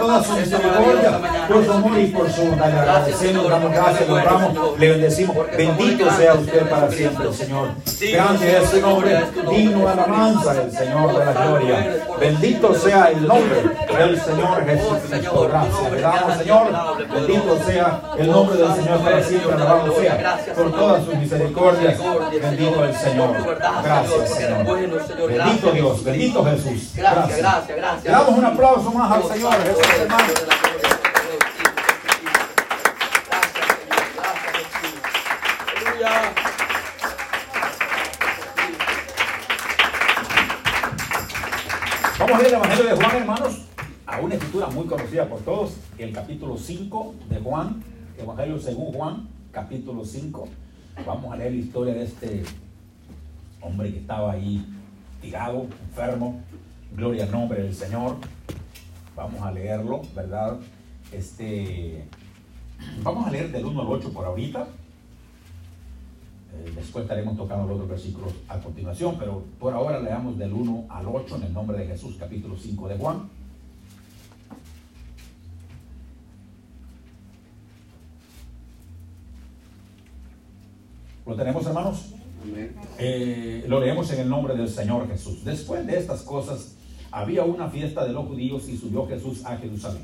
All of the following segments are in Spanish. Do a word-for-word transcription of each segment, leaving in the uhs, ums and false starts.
toda su misericordia, por su amor y por su bondad. Le agradecemos, damos gracias, le honramos, le bendecimos. Bendito sea usted para siempre, Señor. Grande es su nombre, digno de alabanza el Señor de la gloria. Bendito sea el nombre del Señor Jesucristo. Gracias. Le damos, Señor. Bendito sea el nombre del Señor para siempre. Alabado sea por todas sus misericordias. Bendito el Señor. Gracias, Señor. Bendito Dios. Bendito Jesús. Gracias. Gracias, gracias. Le damos un aplauso más al Señor Jesús, hermano. Vamos a leer el Evangelio de Juan, hermanos, a una escritura muy conocida por todos, el capítulo cinco de Juan, Evangelio según Juan, capítulo cinco. Vamos a leer la historia de este hombre que estaba ahí tirado, enfermo. Gloria al nombre del Señor. Vamos a leerlo, ¿verdad? Este, vamos a leer del uno al ocho por ahorita. Eh, después estaremos tocando los otros versículos a continuación, pero por ahora leamos del uno al ocho en el nombre de Jesús, capítulo cinco de Juan. ¿Lo tenemos, hermanos? Eh, lo leemos en el nombre del Señor Jesús. Después de estas cosas, había una fiesta de los judíos y subió Jesús a Jerusalén.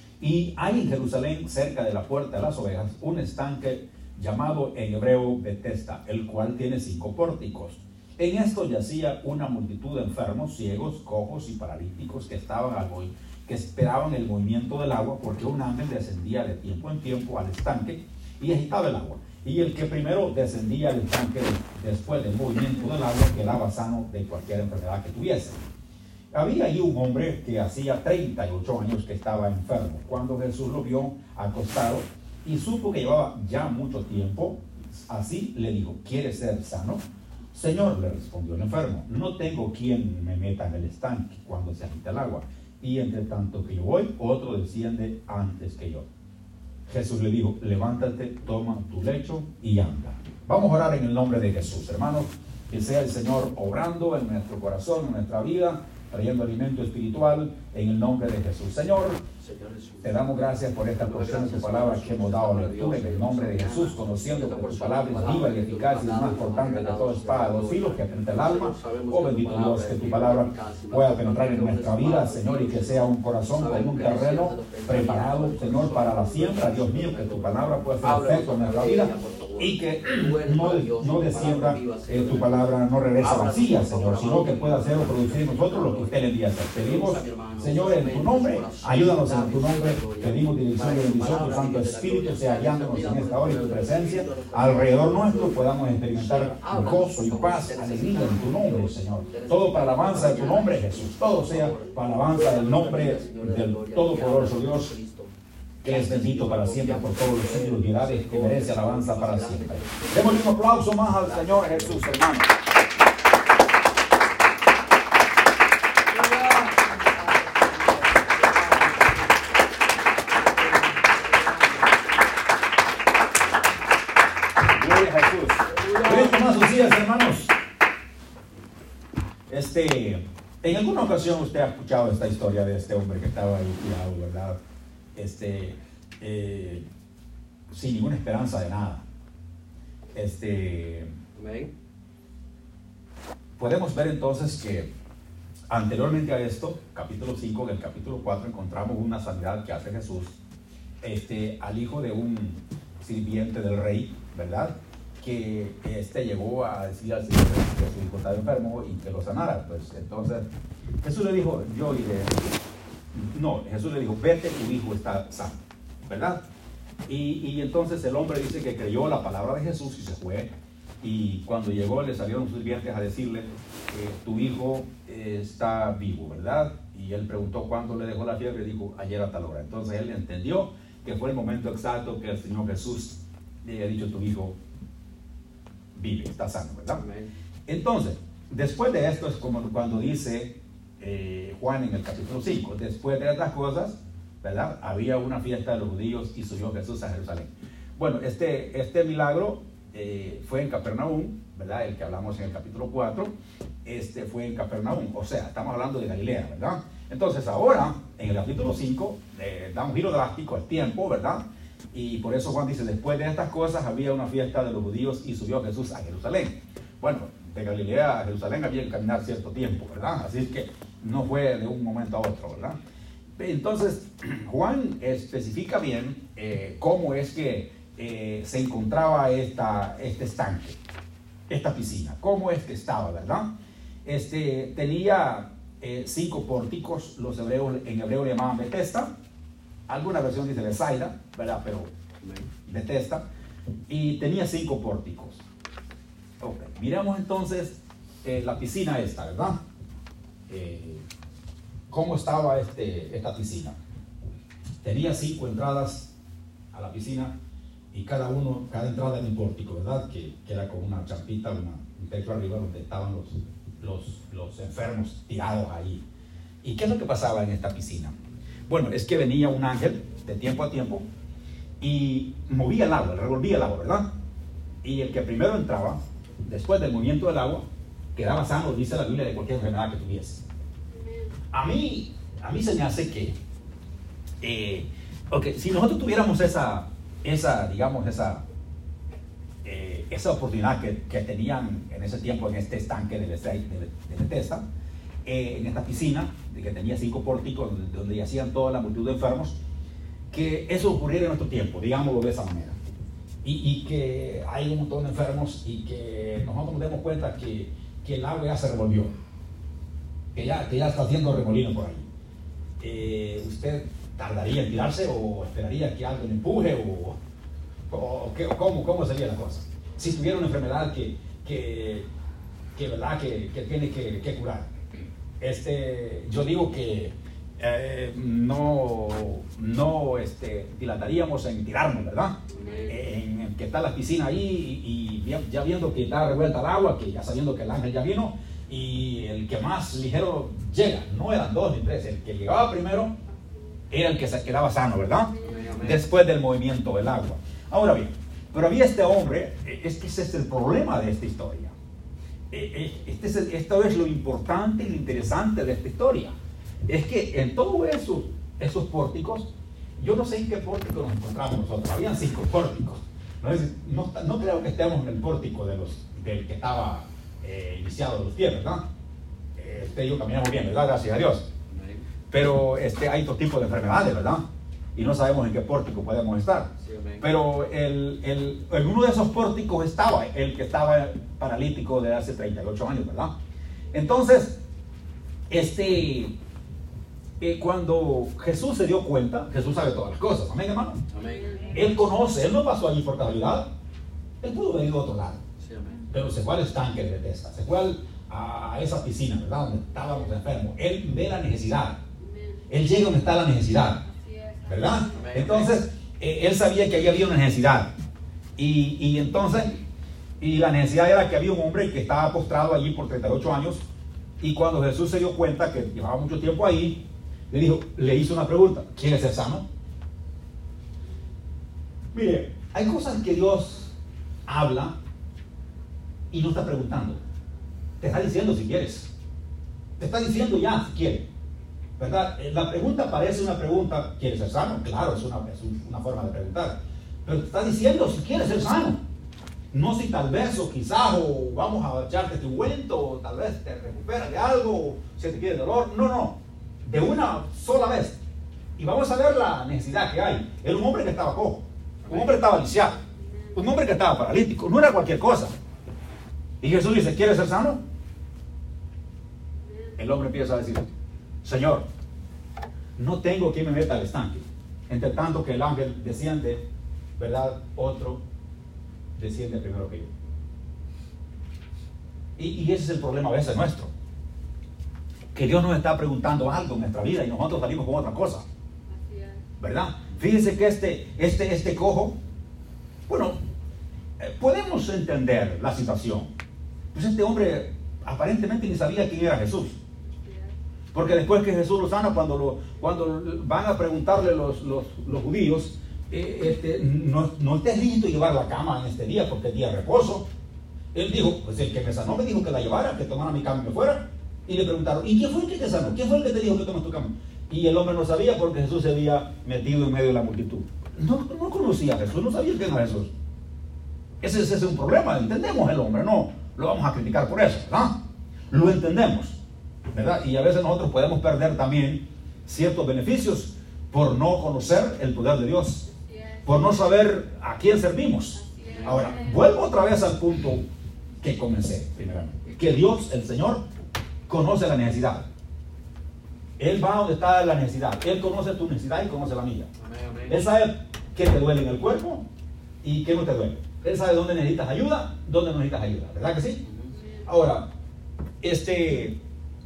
Y hay en Jerusalén, cerca de la puerta de las ovejas, un estanque llamado en hebreo Betesda, el cual tiene cinco pórticos. En esto yacía una multitud de enfermos, ciegos, cojos y paralíticos que estaban al hoy, que esperaban el movimiento del agua, porque un ángel descendía de tiempo en tiempo al estanque y agitaba el agua. Y el que primero descendía al estanque después del movimiento del agua quedaba sano de cualquier enfermedad que tuviese. Había allí un hombre que hacía treinta y ocho años que estaba enfermo. Cuando Jesús lo vio acostado y supo que llevaba ya mucho tiempo, así le dijo: ¿quieres ser sano? Señor, le respondió el enfermo, no tengo quien me meta en el estanque cuando se agita el agua, y entre tanto que yo voy, otro desciende antes que yo. Jesús le dijo: levántate, toma tu lecho y anda. Vamos a orar en el nombre de Jesús, hermanos. Que sea el Señor obrando en nuestro corazón, en nuestra vida, trayendo alimento espiritual en el nombre de Jesús. Señor, te damos gracias por esta porción de tu palabra que hemos dado lectura en el nombre de Jesús, conociendo que tu palabra es viva y eficaz y más cortante que toda espada de dos filos que penetra el alma. Oh bendito Dios, que tu palabra pueda penetrar en nuestra vida, Señor, y que sea un corazón como un terreno preparado, Señor, para la siembra. Dios mío, que tu palabra pueda ser efecto en nuestra vida y que no, no descienda eh, tu palabra, no regresa vacía, Señor, sino que pueda hacer o producir en nosotros lo que usted le envía a hacer. Pedimos, Señor, en tu nombre, ayúdanos en tu nombre, pedimos dirección y bendición, tu Santo Espíritu sea guiándonos en esta hora y tu presencia alrededor nuestro, podamos experimentar gozo y paz, alegría en tu nombre, Señor. Todo para alabanza de tu nombre, Jesús, todo sea para alabanza del nombre del Todopoderoso Dios, que es bendito para siempre por todos los siglos y edades, que merece alabanza para siempre. Démosle un aplauso más al Señor Jesús, hermano. Gloria a Jesús. Ven, tomad sus sillas, hermanos. Este, en alguna ocasión usted ha escuchado esta historia de este hombre que estaba ahí tirado, ¿verdad? Este, eh, sin ninguna esperanza de nada. Este, podemos ver entonces que anteriormente a esto, capítulo cinco, en el capítulo cuatro, encontramos una sanidad que hace Jesús este, al hijo de un sirviente del rey, ¿verdad? Que este llegó a decir al Señor que su hijo estaba enfermo y que lo sanara. Pues entonces Jesús le dijo: yo iré. No, Jesús le dijo: vete, tu hijo está sano, ¿verdad? Y, y entonces el hombre dice que creyó la palabra de Jesús y se fue. Y cuando llegó le salieron sus sirvientes a decirle: eh, tu hijo eh, está vivo, ¿verdad? Y él preguntó cuándo le dejó la fiebre y dijo: ayer a tal hora. Entonces él entendió que fue el momento exacto que el Señor Jesús le había dicho: tu hijo vive, está sano, ¿verdad? Amén. Entonces, después de esto es como cuando dice Eh, Juan en el capítulo cinco, después de estas cosas, ¿verdad? Había una fiesta de los judíos y subió Jesús a Jerusalén. Bueno, este, este milagro eh, fue en Capernaum, ¿verdad? El que hablamos en el capítulo cuatro, este fue en Capernaum, o sea, estamos hablando de Galilea, ¿verdad? Entonces ahora, en el capítulo cinco, eh, da un giro drástico al tiempo, ¿verdad? Y por eso Juan dice, después de estas cosas había una fiesta de los judíos y subió Jesús a Jerusalén. Bueno, de Galilea a Jerusalén había que caminar cierto tiempo, ¿verdad? Así que no fue de un momento a otro, ¿verdad? Entonces, Juan especifica bien eh, cómo es que eh, se encontraba esta, este estanque, esta piscina, cómo es que estaba, ¿verdad? Este, tenía eh, cinco pórticos, los hebreos, en hebreo le llamaban Betesda, alguna versión dice Besaida, ¿verdad? Pero Betesda, y tenía cinco pórticos. Ok, miramos entonces eh, la piscina esta, ¿verdad? Eh, ¿Cómo estaba este, esta piscina? Tenía cinco entradas a la piscina y cada uno, cada entrada era un pórtico, ¿verdad? Que, que era con una champita, una, un techo arriba donde estaban los, los, los enfermos tirados ahí. ¿Y qué es lo que pasaba en esta piscina? Bueno, es que venía un ángel de tiempo a tiempo y movía el agua, revolvía el agua, ¿verdad? Y el que primero entraba, después del movimiento del agua, quedaba sano, dice la Biblia, de cualquier enfermedad que tuviese. A mí, a mí se me hace que, eh, okay, si nosotros tuviéramos esa, esa digamos, esa, eh, esa oportunidad que, que tenían en ese tiempo en este estanque de, de, de Betesda, eh, en esta piscina, de que tenía cinco pórticos donde, donde yacían toda la multitud de enfermos, que eso ocurriera en nuestro tiempo, digámoslo de esa manera. Y, y que hay un montón de enfermos y que nosotros nos demos cuenta que, que el agua ya se revolvió. Que ya, que ya está haciendo remolino por ahí. Eh, ¿Usted tardaría en tirarse o esperaría que alguien empuje o, o, o, o cómo, cómo sería la cosa? Si tuviera una enfermedad que, que, que, ¿verdad? que, que tiene que, que curar. Este, yo digo que eh, no, no este, dilataríamos en tirarnos, ¿verdad? En, en que está la piscina ahí y, y ya viendo que está revuelta el agua, que ya sabiendo que el ángel ya vino, y el que más ligero llega, no eran dos ni tres, el que llegaba primero era el que se quedaba sano, ¿verdad? Después del movimiento del agua. Ahora bien, pero había este hombre, es que ese es el problema de esta historia. Este es el, esto es lo importante y lo interesante de esta historia. Es que en todos esos, esos pórticos, yo no sé en qué pórtico nos encontramos nosotros, habían cinco pórticos. No, es, no, no creo que estemos en el pórtico de los, del que estaba eh, iniciado de los pies, ¿verdad? Eh, usted y yo caminamos bien, ¿verdad? Gracias a Dios. Pero este, hay otro tipo de enfermedades, ¿verdad? Y no sabemos en qué pórtico podemos estar. Pero el, el, en uno de esos pórticos estaba el que estaba paralítico de hace treinta y ocho años, ¿verdad? Entonces, este, eh, cuando Jesús se dio cuenta, Jesús sabe todas las cosas, amén, hermano. Amén. Él conoce, él no pasó allí por casualidad. Él pudo haber ido a otro lado, sí, pero se fue al estanque de Betesda, se fue al, a esa piscina, ¿verdad? Donde estábamos enfermos. Él ve la necesidad, él llega donde está la necesidad, ¿verdad? Entonces, eh, él sabía que ahí había una necesidad. Y, y entonces, y la necesidad era que había un hombre que estaba postrado allí por treinta y ocho años. Y cuando Jesús se dio cuenta que llevaba mucho tiempo ahí, le dijo, le hizo una pregunta: ¿quieres ser sano? Mire, hay cosas que Dios habla y no está preguntando. Te está diciendo si quieres. Te está diciendo ya si quieres, ¿verdad? La pregunta parece una pregunta: ¿quieres ser sano? Claro, es una, es una forma de preguntar. Pero te está diciendo si quieres ser sano. No si tal vez o quizás o vamos a echarte tu ungüento o tal vez te recuperas de algo o si te quede dolor. No, no. De una sola vez. Y vamos a ver la necesidad que hay. Era un hombre que estaba cojo. Un hombre que estaba lisiado. Un hombre que estaba paralítico. No era cualquier cosa. Y Jesús dice: ¿quieres ser sano? El hombre empieza a decir: Señor, no tengo quien me meta al estanque. Entre tanto que el ángel desciende, ¿verdad? Otro desciende primero que yo. Y, y ese es el problema a veces nuestro. Que Dios nos está preguntando algo en nuestra vida y nosotros salimos con otra cosa. ¿Verdad? Fíjense que este, este, este cojo, bueno, eh, podemos entender la situación. Pues este hombre aparentemente ni sabía quién era Jesús. Porque después que Jesús lo sana, cuando, lo, cuando van a preguntarle los, los, los judíos, eh, este, no, no estés listo llevar la cama en este día porque es día de reposo. Él dijo: pues el que me sanó me dijo que la llevara, que tomara mi cama y me fuera. Y le preguntaron, ¿y quién fue el que te sanó? ¿Quién fue el que te dijo que tomas tu cama? Y el hombre no sabía porque Jesús se había metido en medio de la multitud. No, no conocía a Jesús, no sabía quién era Jesús. Ese, ese es un problema, entendemos el hombre, no lo vamos a criticar por eso, ¿verdad? Lo entendemos, ¿verdad? Y a veces nosotros podemos perder también ciertos beneficios por no conocer el poder de Dios, por no saber a quién servimos. Ahora, vuelvo otra vez al punto que comencé, primeramente, que Dios, el Señor, conoce la necesidad. Él va donde está la necesidad. Él conoce tu necesidad y conoce la mía. Él sabe qué te duele en el cuerpo y qué no te duele. Él sabe dónde necesitas ayuda, dónde no necesitas ayuda, ¿verdad que sí? Ahora, este,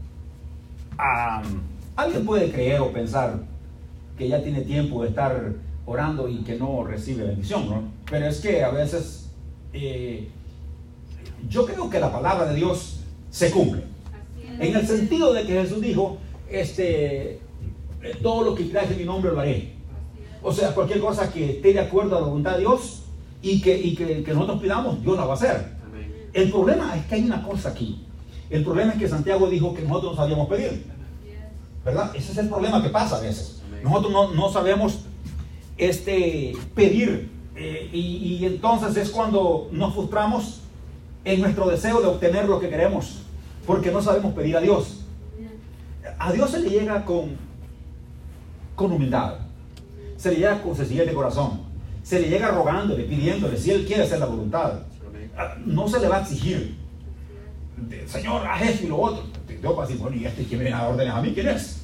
um, alguien puede creer o pensar que ya tiene tiempo de estar orando y que no recibe bendición, ¿no? Pero es que a veces eh, yo creo que la palabra de Dios se cumple. En el sentido de que Jesús dijo, este, todo lo que creáis en mi nombre lo haré. O sea, cualquier cosa que esté de acuerdo a la voluntad de Dios y que, y que, que nosotros pidamos, Dios la va a hacer. Amén. El problema es que hay una cosa aquí. El problema es que Santiago dijo que nosotros no sabíamos pedir, ¿verdad? Ese es el problema que pasa a veces. Amén. Nosotros no, no sabemos este, pedir eh, y, y entonces es cuando nos frustramos en nuestro deseo de obtener lo que queremos, porque no sabemos pedir a Dios. A Dios se le llega con, con humildad, se le llega con sencillez de corazón, se le llega rogándole, pidiéndole, si Él quiere hacer la voluntad. No se le va a exigir, Señor, haz esto y lo otro. Dios va a decir, bueno, ¿y este que me da órdenes a mí? ¿Quién es?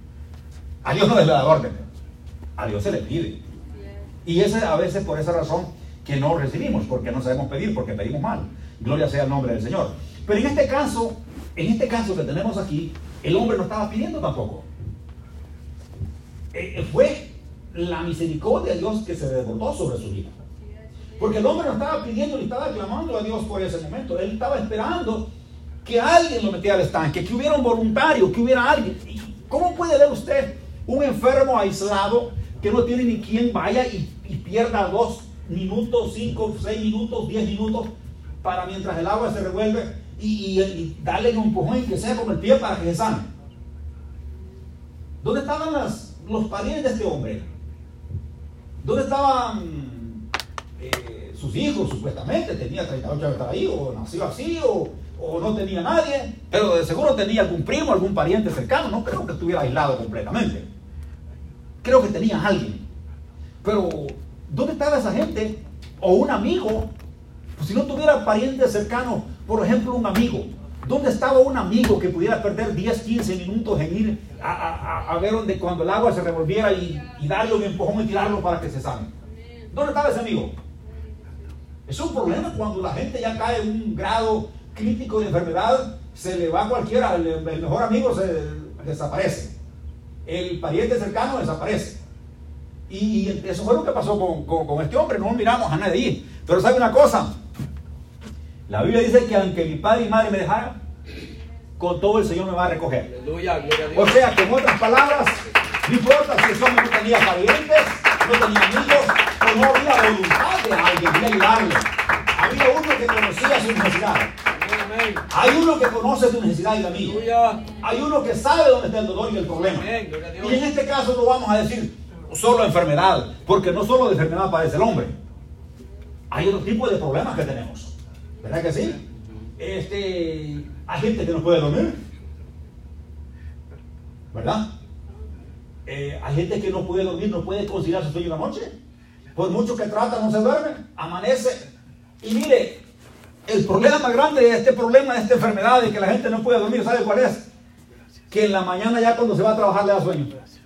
A Dios no le da órdenes, a Dios se le pide. Y ese, a veces por esa razón que no recibimos, porque no sabemos pedir, porque pedimos mal. Gloria sea el nombre del Señor. Pero en este caso, en este caso que tenemos aquí, el hombre no estaba pidiendo tampoco. Eh, fue la misericordia de Dios que se desbordó sobre su vida. Porque el hombre no estaba pidiendo ni estaba clamando a Dios por ese momento. Él estaba esperando que alguien lo metiera al estanque, que hubiera un voluntario, que hubiera alguien. ¿Cómo puede ver usted un enfermo aislado que no tiene ni quien vaya y, y pierda dos minutos, cinco, seis minutos, diez minutos para mientras el agua se revuelve y, y, y darle un empujón y que sea con el pie para que se sane? ¿Dónde estaban las, los parientes de este hombre? ¿Dónde estaban eh, sus hijos? Supuestamente tenía treinta y ocho años de estar ahí, o nació así, o, o no tenía nadie, pero de seguro tenía algún primo, algún pariente cercano. No creo que estuviera aislado completamente, creo que tenía alguien. Pero ¿dónde estaba esa gente? O un amigo. Pues si no tuviera parientes cercanos, por ejemplo un amigo, ¿dónde estaba un amigo que pudiera perder diez, quince minutos en ir a, a, a ver donde cuando el agua se revolviera y, y darle un empujón y tirarlo para que se sane? ¿Dónde estaba ese amigo? Es un problema cuando la gente ya cae en un grado crítico de enfermedad, se le va a cualquiera, el, el mejor amigo se desaparece, el pariente cercano desaparece. Y, y eso fue lo que pasó con, con, con este hombre. No miramos a nadie ahí. Pero ¿sabe una cosa? La Biblia dice que aunque mi padre y madre me dejaran, con todo el Señor me va a recoger. Aleluya, gloria a Dios. O sea, que en otras palabras, no importa si ese hombre no tenía parientes, no tenía amigos, o no había voluntad de alguien de ayudarle. Había uno que conocía su necesidad. Hay uno que conoce tu necesidad y la mía. Hay uno que sabe dónde está el dolor y el problema. Y en este caso no vamos a decir solo enfermedad, porque no solo de enfermedad padece el hombre. Hay otro tipo de problemas que tenemos, ¿verdad que sí? Este, hay gente que no puede dormir, ¿verdad? Eh, hay gente que no puede dormir, no puede conciliar su sueño en la noche. Por mucho que trata, no se duerme, amanece. Y mire, el problema más grande de este problema, de esta enfermedad, de que la gente no puede dormir, ¿sabe cuál es? Que en la mañana ya cuando se va a trabajar le da sueño.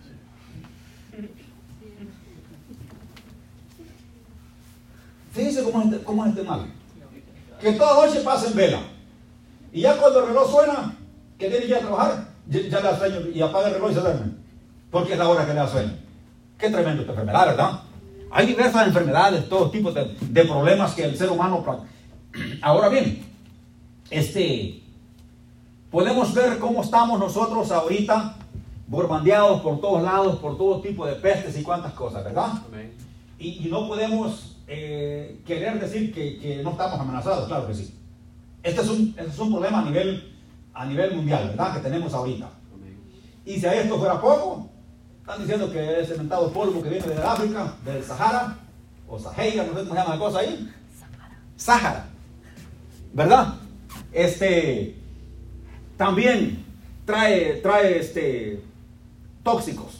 Fíjense cómo es, este, cómo es este mal. Que toda noche pasa en vela. Y ya cuando el reloj suena, que tiene que ir a trabajar, ya, ya le da sueño y apaga el reloj y se duerme. Porque es la hora que le da sueño. Qué tremendo esta enfermedad, ¿verdad? Hay diversas enfermedades, todos tipos de, de problemas que el ser humano... Ahora bien, este, podemos ver cómo estamos nosotros ahorita, borbandeados por todos lados, por todo tipo de pestes y cuantas cosas, ¿verdad? Amén. Y, y no podemos... Eh, querer decir que, que no estamos amenazados, claro que sí. Este es un, este es un problema a nivel a nivel mundial, ¿verdad? Que tenemos ahorita. Y si a esto fuera poco, están diciendo que es cementado polvo que viene del África, del Sahara, o Sahara, no sé cómo se llama la cosa ahí. Sahara. ¿Verdad? Este, también trae, trae este, tóxicos.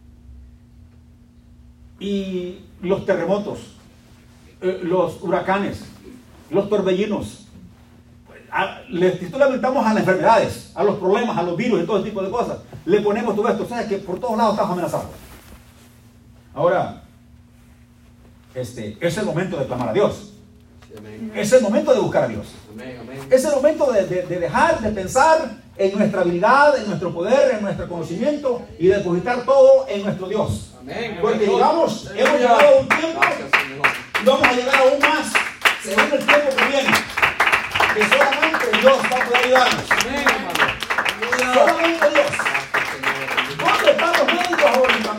Y los terremotos, eh, los huracanes, los torbellinos. A, le, si tú le aventamos a las enfermedades, a los problemas, a los virus y todo ese tipo de cosas, le ponemos todo esto, o sea que por todos lados estamos amenazados. Ahora, este, es el momento de clamar a Dios. Sí, amén. Es el momento de buscar a Dios. Amén, amén. Es el momento de, de, de dejar de pensar en nuestra habilidad, en nuestro poder, en nuestro conocimiento y depositar todo en nuestro Dios. Amén. Porque Amén. llegamos, hemos llegado a un tiempo Gracias, Señor. y vamos a llegar aún más según el tiempo que viene. Que solamente Dios va a poder ayudarnos. Amén, hermano. Solamente Dios. Gracias, Señor. ¿Dónde están los médicos ahorita?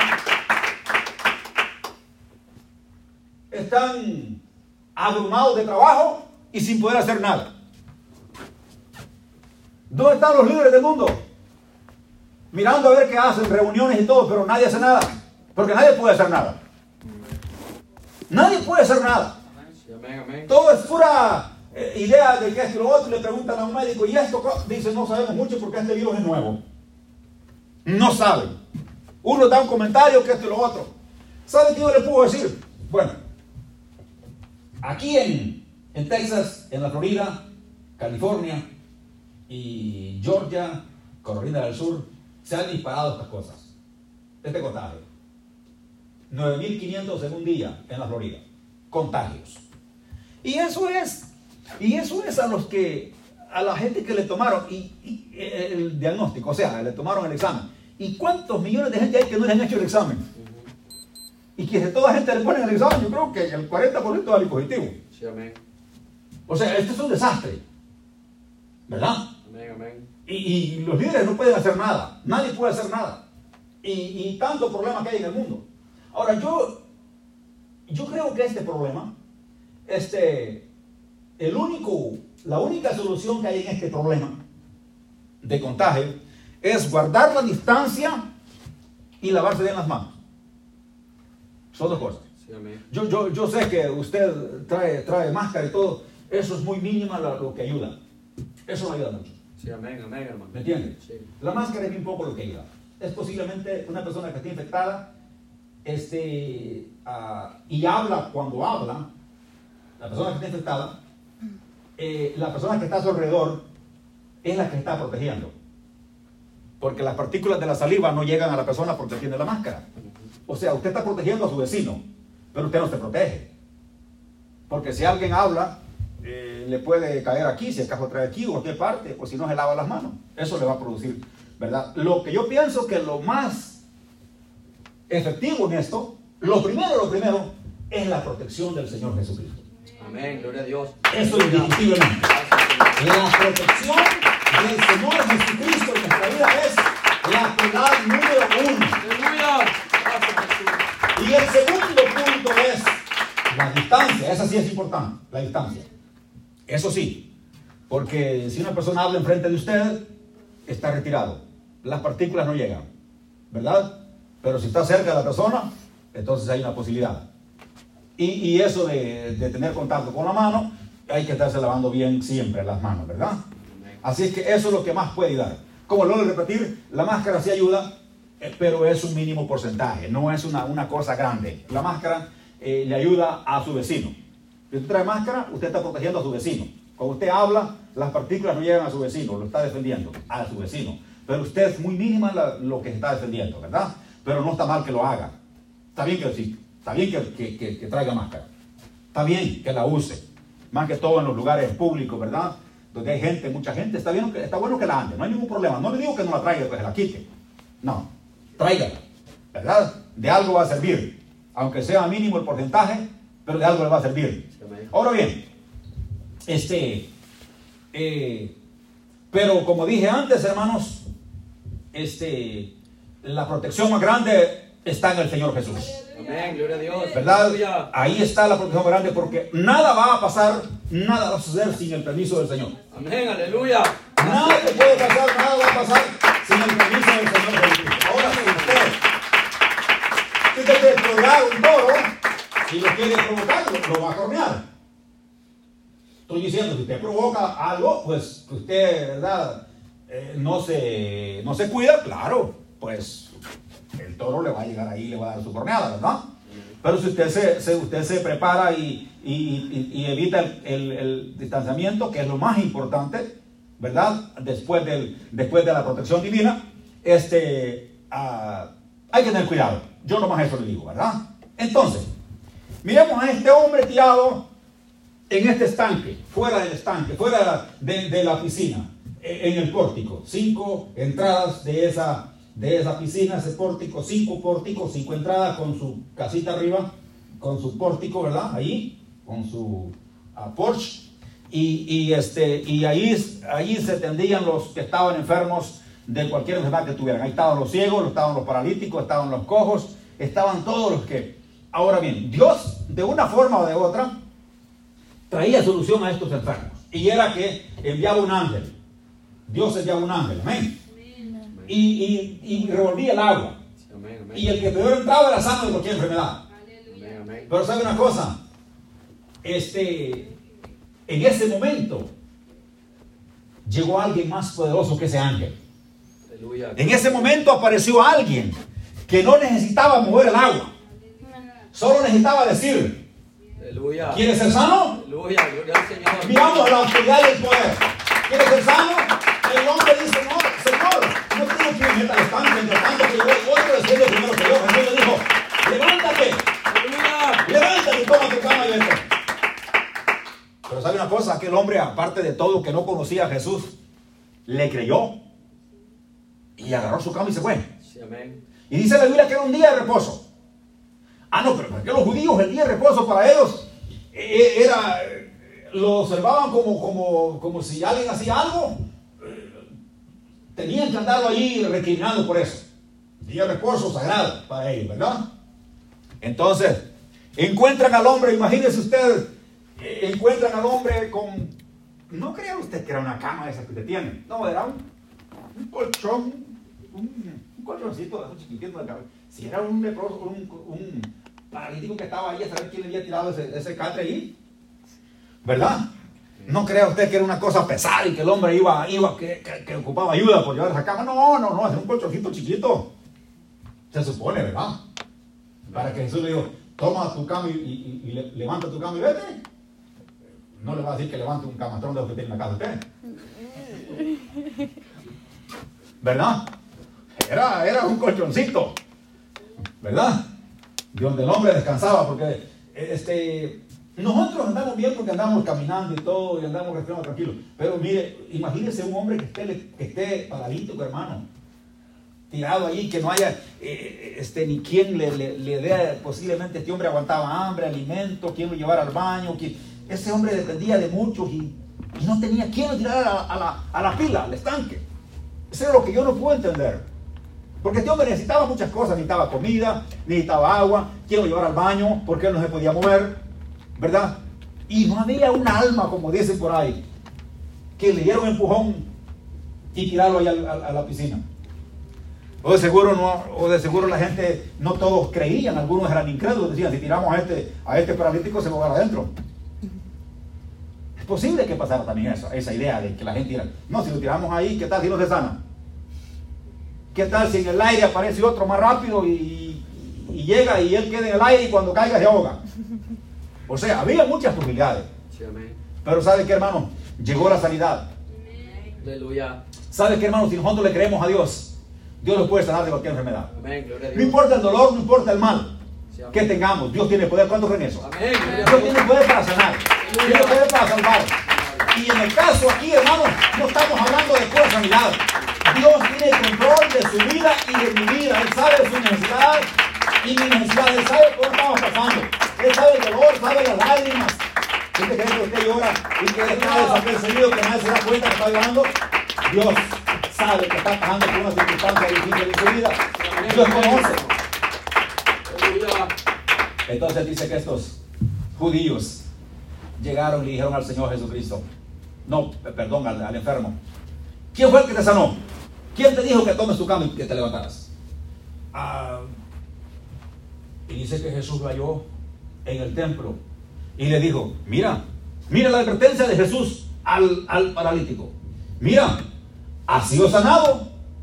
Están abrumados de trabajo y sin poder hacer nada. ¿Dónde están los líderes del mundo? Mirando a ver qué hacen, reuniones y todo, pero nadie hace nada. Porque nadie puede hacer nada. Nadie puede hacer nada. Sí, amén, amén. Todo es pura eh, idea de que esto y lo otro. Y le preguntan a un médico, ¿y esto? Dice, no sabemos mucho porque este virus es nuevo. No saben. Uno da un comentario que esto y lo otro. ¿Sabe qué yo le puedo decir? Bueno, aquí en, en Texas, en la Florida, California y Georgia, Carolina del Sur, se han disparado estas cosas. Este contagio. nueve mil quinientos en un día en la Florida. Contagios. Y eso es, y eso es a los que, a la gente que le tomaron y, y el diagnóstico, o sea, le tomaron el examen. ¿Y cuántos millones de gente hay que no le han hecho el examen? Y que de toda gente le ponen el examen, yo creo que el cuarenta por ciento da el positivo. Sí, amén. O sea, esto es un desastre. ¿Verdad? Amén, amén. Y, y los líderes no pueden hacer nada. Nadie puede hacer nada. Y, y tantos problemas que hay en el mundo. Ahora, yo, yo creo que este problema, este, el único, la única solución que hay en este problema de contagio es guardar la distancia y lavarse bien las manos. Son dos cosas. Sí, amén. Yo, yo, yo sé que usted trae, trae máscara y todo. Eso es muy mínima lo, lo que ayuda. Eso no ayuda mucho. Sí, amén, amén, hermano. ¿Me entiendes? Sí. La máscara es bien poco lo que ayuda. Es posiblemente una persona que esté infectada este, uh, y habla cuando habla, la persona que está infectada, eh, la persona que está a su alrededor es la que está protegiendo. Porque las partículas de la saliva no llegan a la persona porque tiene la máscara. O sea, usted está protegiendo a su vecino, pero usted no se protege. Porque si alguien habla, eh, le puede caer aquí, si acaso trae aquí o cualquier parte, o si no se lava las manos. Eso le va a producir, ¿verdad? Lo que yo pienso que lo más efectivo en esto, lo primero, lo primero, es la protección del Señor Jesucristo. Amén, gloria a Dios. Eso indiscutiblemente. La protección del Señor Jesucristo en nuestra vida es la piedad número uno. Aleluya. Gracias, Jesús. Y el segundo punto es la distancia. Esa sí es importante, la distancia. Eso sí, porque si una persona habla enfrente de usted, está retirado. Las partículas no llegan, ¿verdad? Pero si está cerca de la persona, entonces hay una posibilidad. Y, y eso de, de tener contacto con la mano, hay que estarse lavando bien siempre las manos, ¿verdad? Así es que eso es lo que más puede ayudar. Como lo de repetir, la máscara sí ayuda, eh, pero es un mínimo porcentaje, no es una, una cosa grande. La máscara eh, le ayuda a su vecino. Si usted trae máscara, usted está protegiendo a su vecino. Cuando usted habla, las partículas no llegan a su vecino, lo está defendiendo a su vecino. Pero usted es muy mínima la, lo que se está defendiendo, ¿verdad? Pero no está mal que lo haga. Está bien que sí, está bien que, que, que, que traiga máscara. Está bien que la use. Más que todo en los lugares públicos, ¿verdad? Donde hay gente, mucha gente, está, bien, está bueno que la ande, no hay ningún problema. No le digo que no la traiga, pues se la quite. No, tráigala, ¿verdad? De algo va a servir. Aunque sea mínimo el porcentaje, pero de algo le va a servir. Ahora bien, este, eh, pero como dije antes, hermanos, este, la protección más grande está en el Señor Jesús. Amén, gloria a Dios. ¿Verdad? Aleluya. Ahí está la protección grande, porque nada va a pasar, nada va a suceder sin el permiso del Señor. Amén, aleluya. Nada que puede pasar, nada va a pasar sin el permiso del Señor Jesucristo. Ahora, si usted, si usted quiere provocar un toro, si lo quiere provocar, lo, lo va a cornear. Estoy diciendo, si usted provoca algo, pues usted, ¿verdad? Eh, no, se, no se cuida, claro, pues el toro le va a llegar ahí y le va a dar su corneada, ¿verdad? Pero si usted se, se, usted se prepara y, y, y, y evita el, el, el distanciamiento, que es lo más importante, ¿verdad? Después, del, después de la protección divina, este, uh, hay que tener cuidado. Yo nomás eso le digo, ¿verdad? Entonces, miremos a este hombre tirado en este estanque, fuera del estanque, fuera de, de la piscina, en el pórtico. Cinco entradas de esa, de esa piscina, ese pórtico, cinco pórticos, cinco entradas con su casita arriba, con su pórtico, ¿verdad? Ahí, con su uh, porche. Y, y, este, y ahí, ahí se tendían los que estaban enfermos de cualquier enfermedad que tuvieran. Ahí estaban los ciegos, estaban los paralíticos, estaban los cojos, estaban todos los que... Ahora bien, Dios, de una forma o de otra, traía solución a estos enfermos. Y era que enviaba un ángel. Dios enviaba un ángel, amén. Y, y, y revolvía el agua. Amén, amén. Y el que peor entraba era sano de cualquier enfermedad. Amén, amén. Pero ¿sabe una cosa? Este, en ese momento llegó alguien más poderoso que ese ángel. Aleluya. En ese momento apareció alguien que no necesitaba mover el agua. Solo necesitaba decir: aleluya. ¿Quieres ser sano? Aleluya, gloria al Señor. Miramos la autoridad del poder. ¿Quieres ser sano? El hombre dice: no, Señor, no tengo que meter al estanque, entre tanto que yo otro desciende primero que yo. Jesús le dijo: levántate, aleluya, levántate y toma tu cama y vete. Pero sabe una cosa, aquel hombre, aparte de todo, que no conocía a Jesús, le creyó y agarró su cama y se fue. Sí, amén. Y dice la Biblia que era un día de reposo. Ah, no, pero porque los judíos el día de reposo para ellos era, lo observaban como, como, como si alguien hacía algo, tenían que andarlo ahí recriminando por eso. Día de reposo sagrado para ellos, ¿verdad? Entonces, encuentran al hombre, imagínense ustedes, encuentran al hombre con, no crea usted que era una cama esa que usted tiene, no, era un, un colchón, un, un colchoncito de esos chiquititos de cabeza. Si era un leproso, un, un paralítico que estaba ahí, a saber quién le había tirado ese, ese catre ahí, ¿verdad? No crea usted que era una cosa pesada y que el hombre iba, iba que, que, que ocupaba ayuda por llevar esa cama. No, no, no, es un colchoncito chiquito. Se supone, ¿verdad? Para que Jesús le dijo: toma tu cama y, y, y le, levanta tu cama y vete. No le va a decir que levante un camastrón de los que tiene en la casa usted. ¿Verdad? Era, era un colchoncito, ¿verdad? De donde el hombre descansaba, porque este, nosotros andamos bien porque andamos caminando y todo, y andamos respirando tranquilos. Pero mire, imagínese un hombre que esté, que esté paralítico, hermano, tirado allí, que no haya eh, este, ni quien le, le, le dé, posiblemente este hombre aguantaba hambre, alimento, quien lo llevara al baño, quien, ese hombre dependía de muchos y, y no tenía quien lo tirara a, a, la, a la pila, al estanque. Eso es lo que yo no puedo entender. Porque este hombre necesitaba muchas cosas, necesitaba comida, necesitaba agua, quien lo llevara al baño, porque él no se podía mover, ¿verdad? Y no había un alma, como dicen por ahí, que le diera un empujón y tirarlo ahí a, a, a la piscina. O de seguro no, o de seguro la gente, no todos creían, algunos eran incrédulos, decían: si tiramos a este, a este paralítico se va a ahogar adentro. Es posible que pasara también eso, esa idea de que la gente dirá: no, si lo tiramos ahí, ¿qué tal si no se sana? ¿Qué tal si en el aire aparece otro más rápido y, y llega y él queda en el aire y cuando caiga se ahoga? O sea, había muchas posibilidades. Sí, amén. Pero ¿sabe qué, hermano? Llegó la sanidad. Aleluya. ¿Sabe qué, hermano? Si nosotros le creemos a Dios, Dios nos puede sanar de cualquier enfermedad. Amén, gloria a Dios. No importa el dolor, no importa el mal sí, que tengamos. Dios tiene poder. ¿Cuántos creen eso? Amén, Dios tiene poder para sanar. Dios tiene poder para salvar. Y en el caso aquí, hermano, no estamos hablando de pura sanidad. Dios tiene control de su vida y de mi vida. Él sabe de su necesidad y mi necesidad. Él sabe cómo estamos pasando. Él sabe el dolor, sabe las lágrimas. ¿Usted cree que usted llora y que está desapercibido, que nadie se da cuenta que está llorando? Dios sabe que está pasando por una circunstancia difícil en su vida. Dios conoce. Entonces dice que estos judíos llegaron y le dijeron al Señor Jesucristo, no, perdón, al, al enfermo, ¿quién fue el que te sanó? ¿Quién te dijo que tomes tu cama y que te levantaras? Ah, y dice que Jesús lo halló en el templo y le dijo, mira, mira la advertencia de Jesús al, al paralítico. Mira, has sido sanado,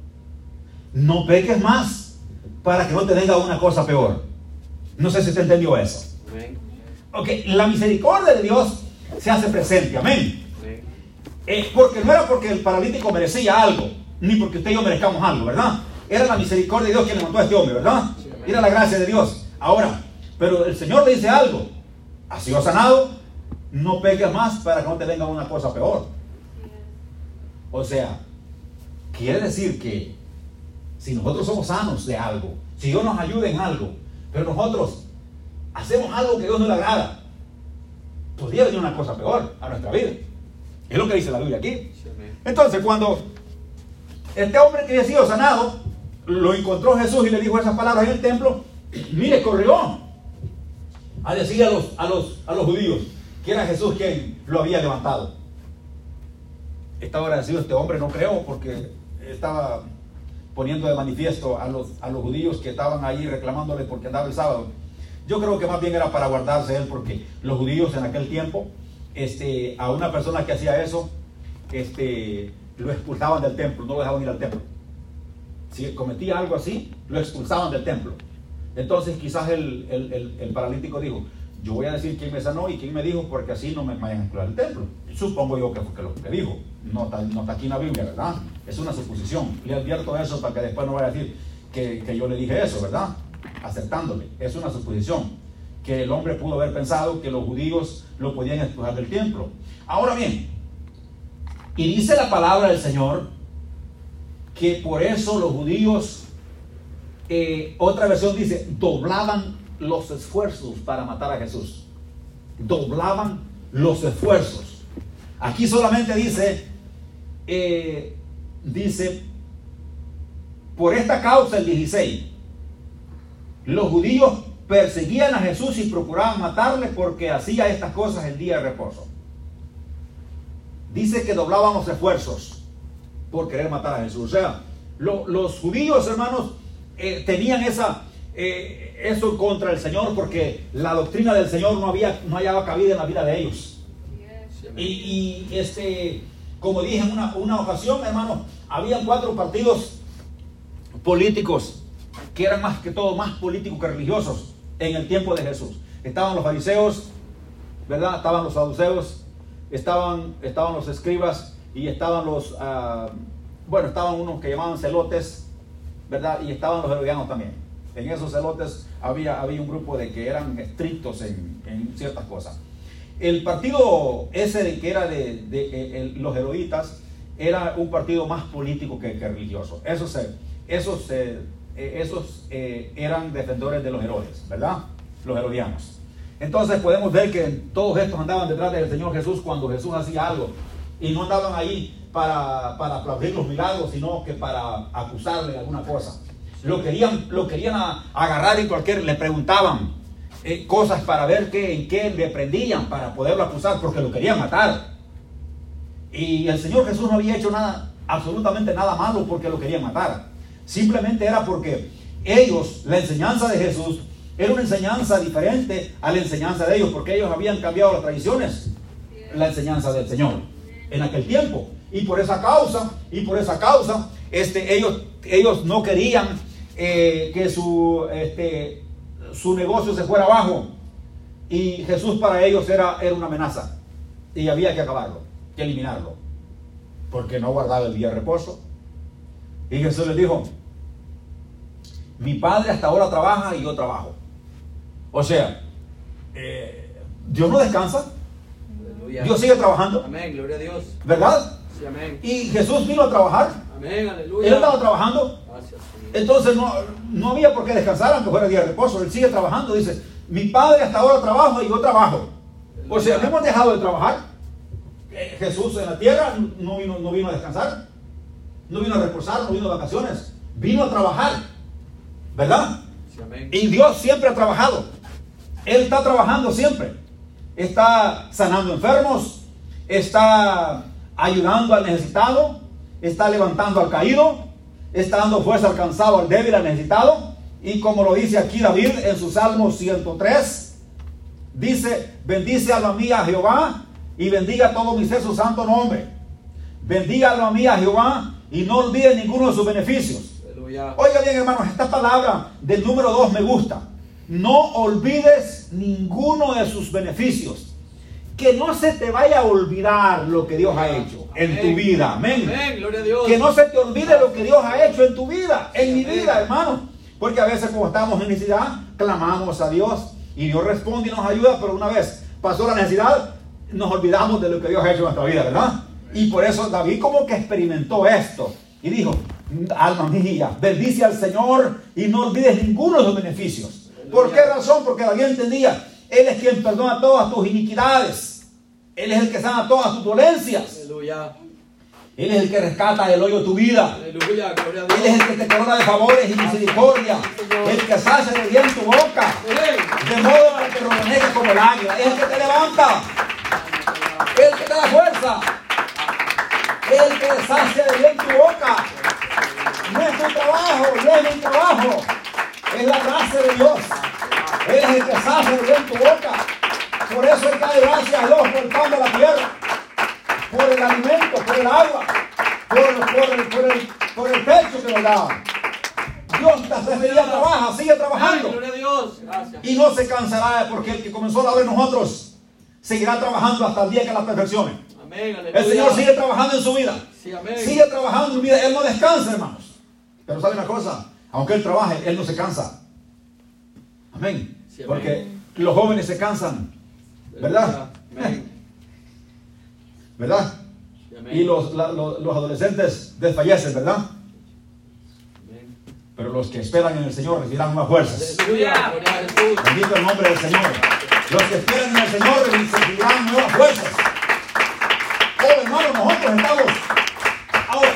no peques más para que no te venga una cosa peor. No sé si te entendió eso. Amén. Ok, la misericordia de Dios se hace presente, amén. Amén. Eh, porque no era porque el paralítico merecía algo, ni porque usted y yo merezcamos algo, ¿verdad? Era la misericordia de Dios quien levantó a este hombre, ¿verdad? Sí, era la gracia de Dios. Ahora, pero el Señor le dice algo, has sido sanado, no peques más para que no te venga una cosa peor. O sea, quiere decir que si nosotros somos sanos de algo, si Dios nos ayuda en algo, pero nosotros hacemos algo que a Dios no le agrada, podría venir una cosa peor a nuestra vida. Es lo que dice la Biblia aquí. Entonces, cuando este hombre que había sido sanado, lo encontró Jesús y le dijo esas palabras en el templo, mire, corrió a decir a los, a los, a los judíos que era Jesús quien lo había levantado. Estaba agradecido este hombre, no creo, porque estaba poniendo de manifiesto a los, a los judíos que estaban ahí reclamándole porque andaba el sábado. Yo creo que más bien era para guardarse él, porque los judíos en aquel tiempo, este, a una persona que hacía eso, este, lo expulsaban del templo, no lo dejaban ir al templo. Si cometía algo así, lo expulsaban del templo. Entonces quizás el, el, el, el paralítico dijo, yo voy a decir quién me sanó y quién me dijo, porque así no me vayan a expulsar del templo. Supongo yo que fue lo que dijo. No está, no está aquí en la Biblia, ¿verdad? Es una suposición. Le advierto eso para que después no vaya a decir que, que yo le dije eso, ¿verdad? Aceptándole. Es una suposición que el hombre pudo haber pensado que los judíos lo podían expulsar del templo. Ahora bien, y dice la palabra del Señor que por eso los judíos, eh, otra versión dice, doblaban los esfuerzos para matar a Jesús. Doblaban los esfuerzos. Aquí solamente dice, eh, dice, por esta causa el dieciséis, los judíos perseguían a Jesús y procuraban matarle porque hacía estas cosas el día de reposo. Dice que doblaban los esfuerzos por querer matar a Jesús. O sea, lo, los judíos, hermanos, eh, tenían esa, eh, eso contra el Señor, porque la doctrina del Señor no había, no hallaba cabida en la vida de ellos. Y, y este, como dije en una, una ocasión, hermanos, habían cuatro partidos políticos que eran más que todo más políticos que religiosos en el tiempo de Jesús. Estaban los fariseos, ¿verdad? Estaban los saduceos, estaban, estaban los escribas y estaban los, uh, bueno, estaban unos que llamaban celotes, ¿verdad? Y estaban los herodianos también. En esos celotes había, había un grupo de que eran estrictos en, en ciertas cosas. El partido ese de que era de, de, de el, los heroditas era un partido más político que, que religioso. Esos, esos, eh, esos eh, eran defensores de los Herodes, ¿verdad? Los herodianos. Entonces podemos ver que todos estos andaban detrás del Señor Jesús cuando Jesús hacía algo. Y no andaban ahí para, para aplaudir los milagros, sino que para acusarle de alguna cosa. Lo querían, lo querían a, agarrar en cualquier, le preguntaban eh, cosas para ver qué, en qué le prendían para poderlo acusar, porque lo querían matar. Y el Señor Jesús no había hecho nada, absolutamente nada malo porque lo querían matar. Simplemente era porque ellos, la enseñanza de Jesús, era una enseñanza diferente a la enseñanza de ellos, porque ellos habían cambiado las tradiciones, la enseñanza del Señor en aquel tiempo. Y por esa causa, y por esa causa, este, ellos, ellos no querían eh, que su, este, su negocio se fuera abajo. Y Jesús para ellos era, era una amenaza. Y había que acabarlo, que eliminarlo. Porque no guardaba el día de reposo. Y Jesús les dijo, mi Padre hasta ahora trabaja y yo trabajo. O sea, eh, Dios no descansa. Aleluya. Dios sigue trabajando. Amén, gloria a Dios. ¿Verdad? Sí, amén. Y Jesús vino a trabajar. Amén, aleluya. Él estaba trabajando. Gracias, entonces no, no había por qué descansar aunque fuera día de reposo. Él sigue trabajando. Dice, mi Padre hasta ahora trabaja y yo trabajo. Aleluya. O sea, no hemos dejado de trabajar. Eh, Jesús en la tierra no vino, no vino a descansar. No vino a reposar, no vino a vacaciones. Vino a trabajar. ¿Verdad? Sí, amén. Y Dios siempre ha trabajado. Él está trabajando siempre. Está sanando enfermos, está ayudando al necesitado, está levantando al caído, está dando fuerza al cansado, al débil, al necesitado. Y como lo dice aquí David en su Salmo ciento tres, dice: bendice alma mía a Jehová y bendiga todo mi ser su santo nombre. Bendiga alma mía a Jehová y no olvide ninguno de sus beneficios. Aleluya. Oiga bien, hermanos, esta palabra del número dos me gusta. No olvides ninguno de sus beneficios. Que no se te vaya a olvidar lo que Dios ha hecho en tu vida. Amén. Amén. Gloria a Dios. Que no se te olvide lo que Dios ha hecho en tu vida, en mi vida, hermano. Porque a veces como estamos en necesidad, clamamos a Dios y Dios responde y nos ayuda, pero una vez pasó la necesidad, nos olvidamos de lo que Dios ha hecho en nuestra vida, ¿verdad? Y por eso David como que experimentó esto y dijo: alma mía, bendice al Señor y no olvides ninguno de sus beneficios. ¿Por qué razón? Porque David entendía: Él es quien perdona todas tus iniquidades, Él es el que sana todas tus dolencias. Aleluya. Él es el que rescata del hoyo tu vida. Aleluya, gloria a Dios. Él es el que te corona de favores y misericordia. El que sacia de bien tu boca, de modo para que renegues como el águila. Es el que te levanta, el que te da fuerza, el que sacia de bien tu boca. No es tu trabajo, no es mi trabajo, es la gracia de Dios. Él es el que sacia de bien tu boca. Por eso hay que dar gracias a Dios por el pan de la tierra, por el alimento, por el agua, por el, por el, por el, por el techo que nos da. Dios desde día trabaja, sigue trabajando. Ay, gloria a Dios. Gracias. Y no se cansará, porque el que comenzó a hablar de nosotros seguirá trabajando hasta el día que la perfeccione. Amén, el Señor sigue trabajando en su vida. Sí, amén. Sigue trabajando en su vida. Él no descansa, hermanos. Pero ¿sabe una cosa? Aunque Él trabaje, Él no se cansa. Amén. Sí, amén. Porque los jóvenes se cansan, ¿verdad? Amén. ¿Verdad? Y los, la, los, los adolescentes desfallecen, ¿verdad? Amén. Pero los que esperan en el Señor recibirán nuevas fuerzas. Aleluya. Bendito el nombre del Señor. Los que esperan en el Señor recibirán nuevas fuerzas. Oh, hermano, nosotros estamos ahora.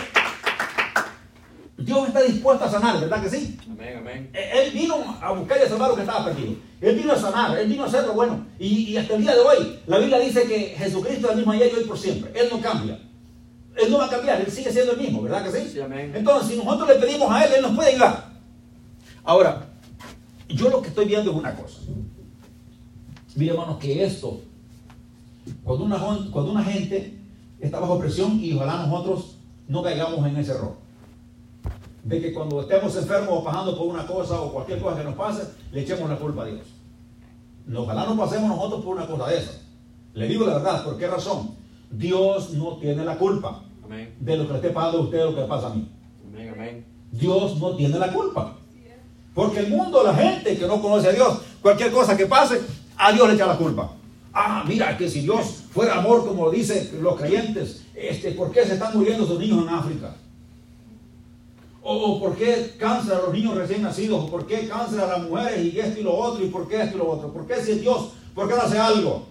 Dios está dispuesto a sanar, ¿verdad que sí? Amén, amén. Él vino a buscar y a salvar lo que estaba perdido. Él vino a sanar, Él vino a hacer lo bueno. Y, y hasta el día de hoy, la Biblia dice que Jesucristo es el mismo ayer y hoy por siempre. Él no cambia. Él no va a cambiar, Él sigue siendo el mismo, ¿verdad que sí? Sí, amén. Entonces, si nosotros le pedimos a Él, Él nos puede ayudar. Ahora, yo lo que estoy viendo es una cosa. Mira, hermanos, que esto, cuando una, cuando una gente está bajo presión, y ojalá nosotros no caigamos en ese error, de que cuando estemos enfermos o pasando por una cosa o cualquier cosa que nos pase, le echemos la culpa a Dios. No, ojalá no pasemos nosotros por una cosa de esa. Le digo la verdad, ¿por qué razón? Dios no tiene la culpa. Amén. De lo que le esté pasando a usted o lo que le pasa a mí. Amén, amén. Dios no tiene la culpa. Porque el mundo, la gente que no conoce a Dios, cualquier cosa que pase, a Dios le echa la culpa. Ah, mira, que si Dios fuera amor, como lo dicen los creyentes, este, ¿por qué se están muriendo sus niños en África? O, o por qué cáncer a los niños recién nacidos, o por qué cáncer a las mujeres, y esto y lo otro, y por qué esto y lo otro. ¿Por qué si es Dios? ¿Por qué no hace algo?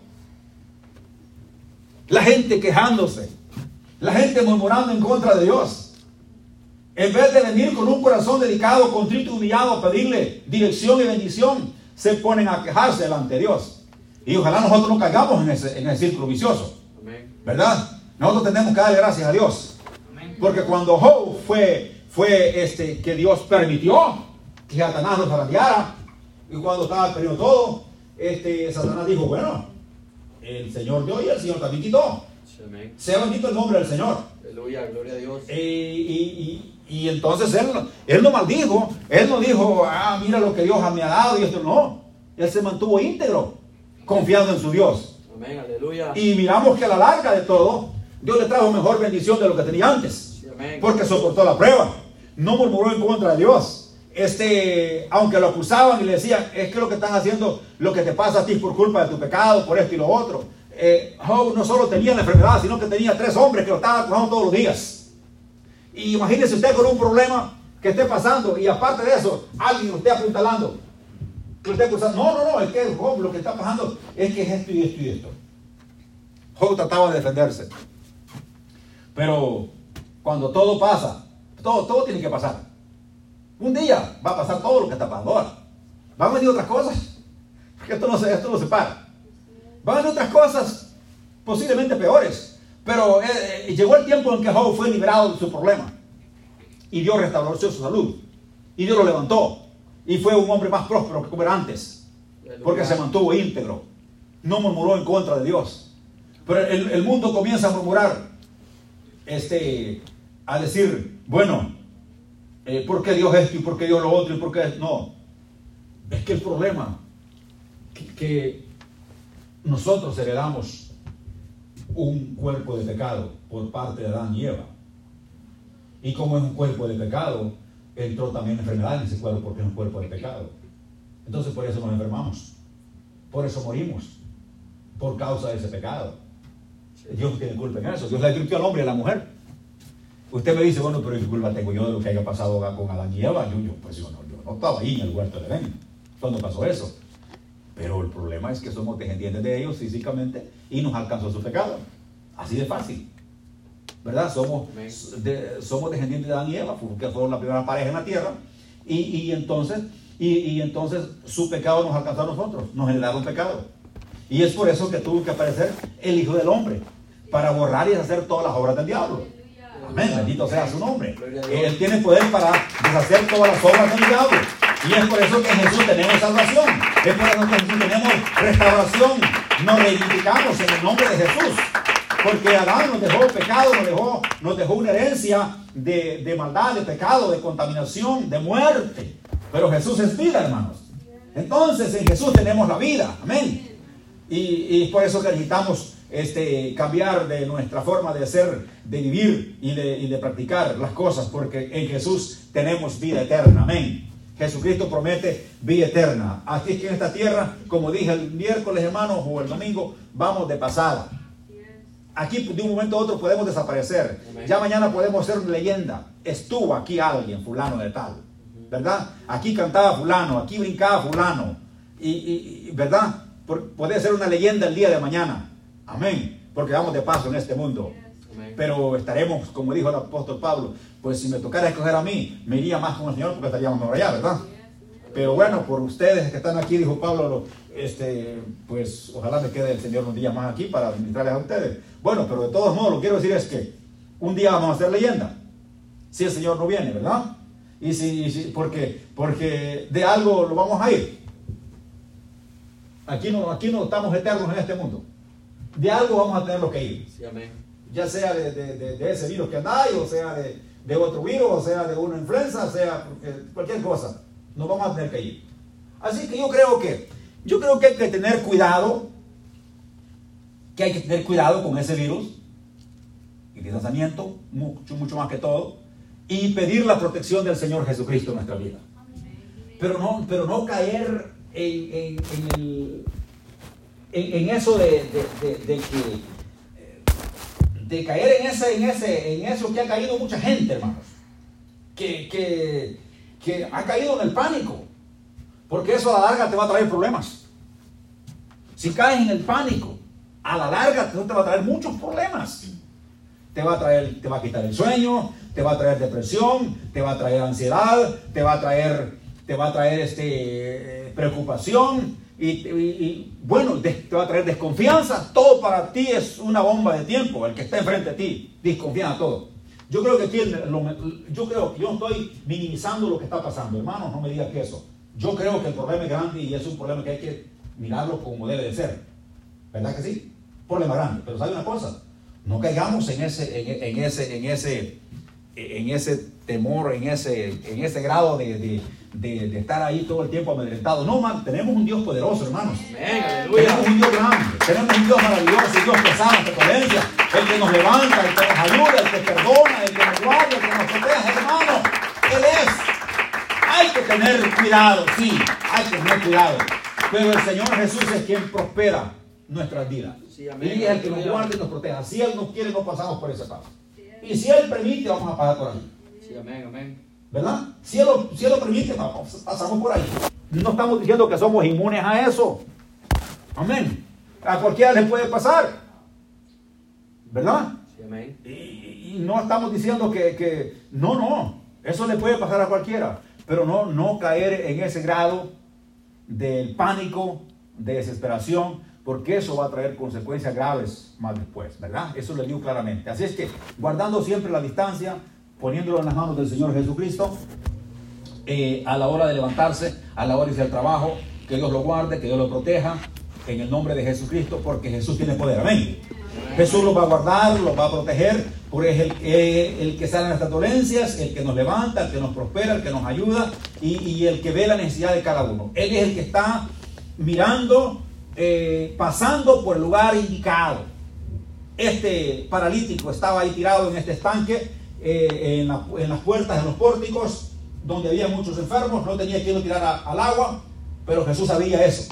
La gente quejándose, la gente murmurando en contra de Dios, en vez de venir con un corazón dedicado, contrito y humillado a pedirle dirección y bendición, se ponen a quejarse delante de Dios. Y ojalá nosotros no caigamos en ese, en ese círculo vicioso. Amén. ¿Verdad? Nosotros tenemos que darle gracias a Dios. Amén. Porque cuando Job fue fue este, que Dios permitió que Satanás lo zarandeara, y cuando estaba perdido todo, este, Satanás dijo: bueno, el Señor dio y el Señor también quitó. Amén. Sea bendito el nombre del Señor. Aleluya, gloria a Dios. Y, y, y, y entonces él, él no maldijo, él no dijo: ah, mira lo que Dios me ha dado y esto. No, él se mantuvo íntegro, confiando en su Dios. Amén, aleluya. Y miramos que a la larga de todo, Dios le trajo mejor bendición de lo que tenía antes. Porque soportó la prueba, no murmuró en contra de Dios. Este, aunque lo acusaban y le decían: es que lo que están haciendo, lo que te pasa a ti por culpa de tu pecado, por esto y lo otro. Eh, Job no solo tenía la enfermedad, sino que tenía tres hombres que lo estaban acusando todos los días. Y imagínese usted con un problema que esté pasando, y aparte de eso, alguien lo esté apuntalando, que lo esté acusando. No, no, no, es que Job lo que está pasando es que es esto y esto y esto. Job trataba de defenderse. Pero cuando todo pasa, todo, todo tiene que pasar. Un día va a pasar todo lo que está pasando ahora. Van a venir otras cosas. que esto no se, esto no se para. Van a haber otras cosas posiblemente peores. Pero eh, llegó el tiempo en que Job fue liberado de su problema. Y Dios restauró su salud. Y Dios lo levantó. Y fue un hombre más próspero que como era antes. Porque se mantuvo íntegro. No murmuró en contra de Dios. Pero el, el mundo comienza a murmurar. Este, a decir, bueno, eh, ¿por qué Dios esto y por qué Dios lo otro y por qué? No. Es que el problema que, que nosotros heredamos un cuerpo de pecado por parte de Adán y Eva. Y como es un cuerpo de pecado, entró también enfermedad en ese cuerpo porque es un cuerpo de pecado. Entonces por eso nos enfermamos. Por eso morimos. Por causa de ese pecado. Dios no tiene culpa en eso. Dios le advirtió al hombre y a la mujer. Usted me dice, bueno, pero ¿qué culpa tengo yo de lo que haya pasado con Adán y Eva? Yo, yo, pues yo no, yo no estaba ahí en el huerto de Edén cuando pasó eso. Pero el problema es que somos descendientes de ellos físicamente y nos alcanzó su pecado. Así de fácil. ¿Verdad? Somos, de, somos descendientes de Adán y Eva, porque fueron la primera pareja en la tierra. Y, y, entonces, y, y entonces su pecado nos alcanzó a nosotros. Nos generaron pecado. Y es por eso que tuvo que aparecer el Hijo del Hombre, para borrar y deshacer todas las obras del diablo. Amén, bendito sea su nombre. Él tiene poder para deshacer todas las obras del diablo. Y es por eso que en Jesús tenemos salvación. Es por eso que en Jesús tenemos restauración. Nos reivindicamos en el nombre de Jesús. Porque Adán nos dejó pecado, nos dejó, nos dejó una herencia de, de maldad, de pecado, de contaminación, de muerte. Pero Jesús es vida, hermanos. Entonces en Jesús tenemos la vida. Amén. Y, y por eso que necesitamos este, cambiar de nuestra forma de ser, de vivir y de, y de practicar las cosas, porque en Jesús tenemos vida eterna. Amén. Jesucristo promete vida eterna. Así es que en esta tierra, como dije el miércoles, hermanos, o el domingo, vamos de pasada. Aquí de un momento a otro podemos desaparecer. Amén. Ya mañana podemos ser una leyenda. Estuvo aquí alguien, fulano de tal, ¿verdad? Aquí cantaba fulano, aquí brincaba fulano. Y, y, y ¿verdad? Puede ser una leyenda el día de mañana. Amén. Porque vamos de paso en este mundo. Amén. Pero estaremos, como dijo el apóstol Pablo, pues si me tocara escoger a mí, me iría más con el Señor porque estaríamos mejor allá, ¿verdad? Pero bueno, por ustedes que están aquí, dijo Pablo, este, pues ojalá me quede el Señor un día más aquí para administrarles a ustedes. Bueno, pero de todos modos lo que quiero decir es que un día vamos a ser leyenda. Si el Señor no viene, ¿verdad? Y si, y si porque, porque de algo lo vamos a ir. Aquí no, aquí no estamos eternos en este mundo. De algo vamos a tener que ir. Sí, amén. Ya sea de, de, de, de ese virus que anda ahí, o sea de, de otro virus, o sea de una influenza, sea cualquier cosa. Nos vamos a tener que ir. Así que yo creo que, yo creo que hay que tener cuidado, que hay que tener cuidado con ese virus, y distanciamiento, mucho, mucho más que todo, y pedir la protección del Señor Jesucristo en nuestra vida. Pero no, pero no caer en, en, en, el, en, en eso de, de, de, de que de caer en ese, en ese, en eso que ha caído mucha gente, hermanos, que, que, que ha caído en el pánico, porque eso a la larga te va a traer problemas. Si caes en el pánico, a la larga te va a traer muchos problemas. Te va a traer, te va a quitar el sueño, te va a traer depresión, te va a traer ansiedad, te va a traer, te va a traer este, preocupación y, y, y bueno, te, te va a traer desconfianza. Todo para ti es una bomba de tiempo. El que está enfrente de ti desconfía a todo. Yo creo que aquí, lo, yo creo que yo estoy minimizando lo que está pasando, hermanos, no me digas que eso. Yo creo que el problema es grande y es un problema que hay que mirarlo como debe de ser. ¿Verdad que sí? Problema grande. Pero ¿sabe una cosa? No caigamos en ese, en, en ese, en ese, en ese temor, en ese, en ese grado de, de, de, de estar ahí todo el tiempo amedrentado. No, man, tenemos un Dios poderoso, hermanos. Amén, tenemos un Dios grande, tenemos un Dios maravilloso, un Dios que sana, que potencia, el que nos levanta, el que nos ayuda, el que perdona, el que nos guarda, el que nos protege, hermano. Él es. Hay que tener cuidado, sí, hay que tener cuidado. Pero el Señor Jesús es quien prospera nuestras vidas. Sí, amén, y es el que nos guarda y nos proteja. Si Él nos quiere, no pasamos por esa etapa. Y si Él permite, vamos a pasar por ahí. Sí, amén, amén. ¿Verdad? Si Él, lo, si Él lo permite, pasamos por ahí. No estamos diciendo que somos inmunes a eso. Amén. A cualquiera le puede pasar. ¿Verdad? Sí, amén. Y, y no estamos diciendo que, que... No, no. Eso le puede pasar a cualquiera. Pero no, no caer en ese grado del pánico, de desesperación, porque eso va a traer consecuencias graves más después, ¿verdad? Eso lo digo claramente. Así es que, guardando siempre la distancia, poniéndolo en las manos del Señor Jesucristo, eh, a la hora de levantarse, a la hora de irse al trabajo, que Dios lo guarde, que Dios lo proteja, en el nombre de Jesucristo, porque Jesús tiene poder. Amén. Jesús los va a guardar, los va a proteger, porque es el, eh, el que sale de nuestras dolencias, el que nos levanta, el que nos prospera, el que nos ayuda y, y el que ve la necesidad de cada uno. Él es el que está mirando, eh, pasando por el lugar indicado. Este paralítico estaba ahí tirado en este estanque, eh, en, la, en las puertas, en los pórticos, donde había muchos enfermos. No tenía quien lo tirara al agua, pero Jesús sabía eso.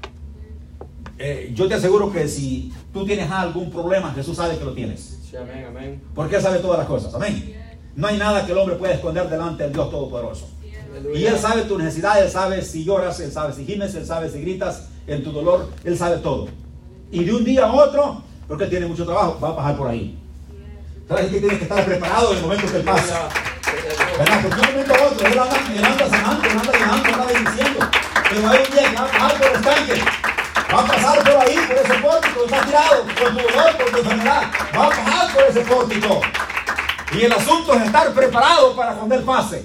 Eh, yo te aseguro que si tú tienes algún problema, Jesús sabe que lo tienes. Sí, amén, amén. Porque Él sabe todas las cosas. Amén. No hay nada que el hombre pueda esconder delante del Dios Todopoderoso. Aleluya. Y Él sabe tu necesidad, Él sabe si lloras, Él sabe si gimes, Él sabe si gritas en tu dolor, Él sabe todo. Y de un día a otro, porque Él tiene mucho trabajo, va a pasar por ahí. ¿Sabes que tienes que estar preparado en el momento que Él pasa? ¿Verdad? Porque de un momento a otro, Él anda, él anda sanando, Él anda llenando, Él anda bendiciendo. Pero hay un día que va a pasar por el estanque. Va a pasar por ahí, por ese pórtico, está tirado, por tu dolor, por tu enfermedad. Va a pasar por ese pórtico. Y el asunto es estar preparado para cuando Él pase.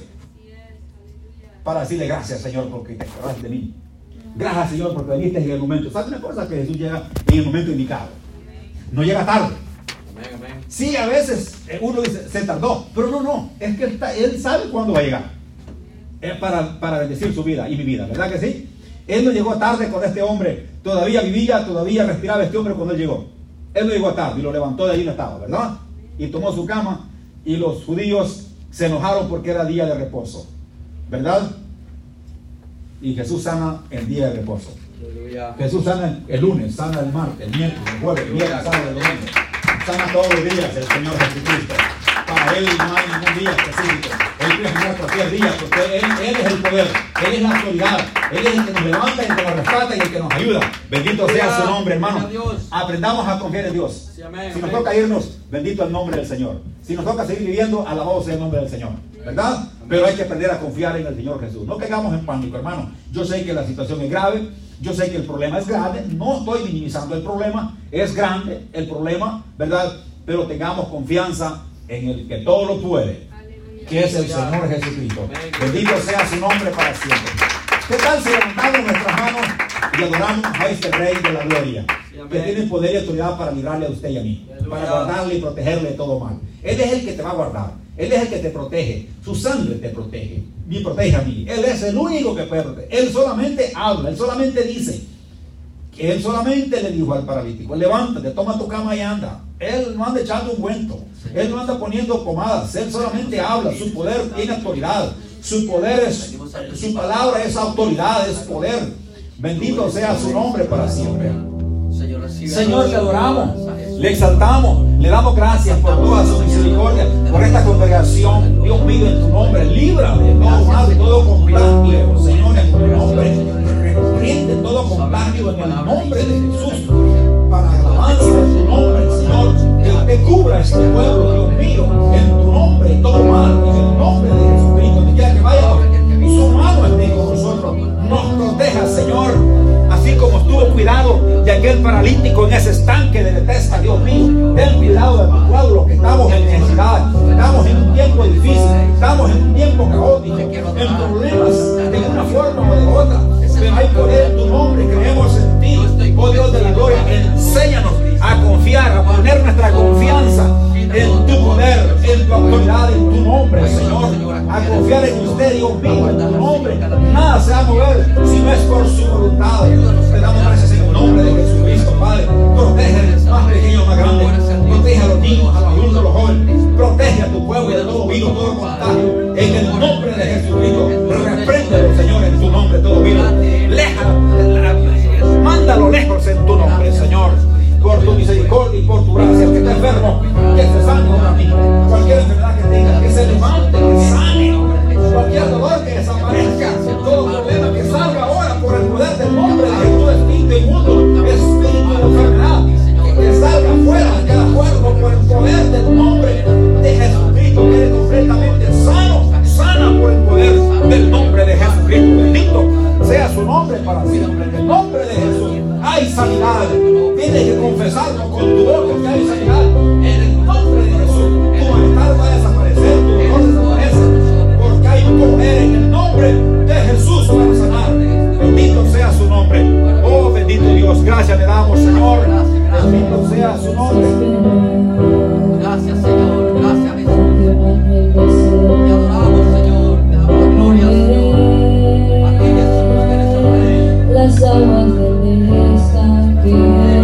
Para decirle gracias, Señor, porque te acordaste de mí. Gracias, Señor, porque viniste en el momento. ¿Sabes una cosa? Que Jesús llega en el momento indicado. No llega tarde. Amén, amén. Sí, a veces uno dice, se tardó. Pero no, no. Es que Él, está, él sabe cuándo va a llegar. Es para, para bendecir su vida y mi vida. ¿Verdad que sí? Él no llegó tarde con este hombre. Todavía vivía, todavía respiraba este hombre cuando Él llegó. Él no llegó tarde y lo levantó de ahí no estaba, ¿verdad? Y tomó su cama y los judíos se enojaron porque era día de reposo, ¿verdad? Y Jesús sana el día de reposo. Aleluya. Jesús sana el lunes, sana el martes, el miércoles, el jueves, el viernes, sábado, el domingo. Sana todos los días el Señor Jesucristo. Para Él no hay ningún día específico. Él puede sanar cualquier día porque él, él es el poder, Él es la autoridad, Él es el que nos levanta, el que nos rescata y el que nos ayuda. Bendito sea su nombre, hermano. Aprendamos a confiar en Dios. Sí, amén, si nos toca irnos, bendito el nombre del Señor. Si nos toca seguir viviendo, alabado sea el nombre del Señor, ¿verdad? Amén. Pero hay que aprender a confiar en el Señor Jesús. No caigamos en pánico, hermano. Yo sé que la situación es grave, yo sé que el problema es grande, no estoy minimizando el problema, es grande el problema, ¿verdad? Pero tengamos confianza en el que todo lo puede, que es el Señor Jesucristo. Bendito sea su nombre para siempre. ¿Qué tal si levantamos nuestras manos y adoramos a este Rey de la Gloria, que tiene poder y autoridad para librarle a usted y a mí, para guardarle y protegerle de todo mal? Él es el que te va a guardar, Él es el que te protege, su sangre te protege y protege a mí. Él es el único que puede proteger. Él solamente habla, Él solamente dice. Que Él solamente le dijo al paralítico, levántate, toma tu cama y anda. Él no anda echando un cuento, Él no anda poniendo pomadas, Él solamente habla. Su poder tiene autoridad, su poder es, su palabra es autoridad, es poder. Bendito sea su nombre para siempre. Señor, le adoramos, le exaltamos, le damos gracias por toda su misericordia, por esta congregación. Dios mío, en tu nombre, libra de todo mal, de todo contagio, Señor, en tu nombre. Reprende todo contagio en el nombre de Jesús, para alabanza de tu nombre, Señor. Que usted cubra este pueblo, Dios mío, en tu nombre, todo mal, en el nombre de Jesucristo. Donde quiera que vaya, su mano esté con nosotros, nos proteja, Señor, así como estuvo cuidado de aquel paralítico en ese estanque de Bethesda. Dios mío, ten cuidado de tu pueblo, que estamos en necesidad, estamos en un tiempo difícil, estamos en un tiempo caótico, en problemas de una forma o de otra. Pero hay poder en tu nombre, creemos en ti, oh Dios de la gloria. Enséñanos a confiar, a poner nuestra confianza en tu poder, en tu autoridad, en tu nombre, Señor. A confiar en usted, Dios mío, en tu nombre. Nada se va a mover si no es por su voluntad. Te damos gracias en el nombre de Jesucristo, Padre. Protege al más pequeño, más grande. Protege a los niños, a los adultos, a los jóvenes. Protege a tu pueblo y de todo virus, todo contagio. En el nombre de Jesucristo, repréndelo, Señor, en tu nombre, todo virus. Leja, mándalo lejos en tu nombre, Señor, por tu misericordia y por tu gracia. El que está enfermo, que se sane ahora mismo. Cualquier enfermedad que tenga, que se levante, que sane. Cualquier dolor que desaparezca. Todo problema que salga ahora por el poder del nombre de Jesús, Espíritu y sanidad. Tienes que confesarlo con tu boca que hay sanidad. En el nombre de Jesús, tu malestar va a desaparecer, tu dolor desaparece, porque hay poder en el nombre de Jesús para sanar. Bendito sea su nombre. Oh, bendito Dios. Gracias le damos, Señor. Bendito sea su nombre. Gracias, Señor. Gracias, Jesús. Te adoramos, Señor. Te damos gloria, Señor. A ti, Jesús, que eres el Rey. Las aguas del estanque.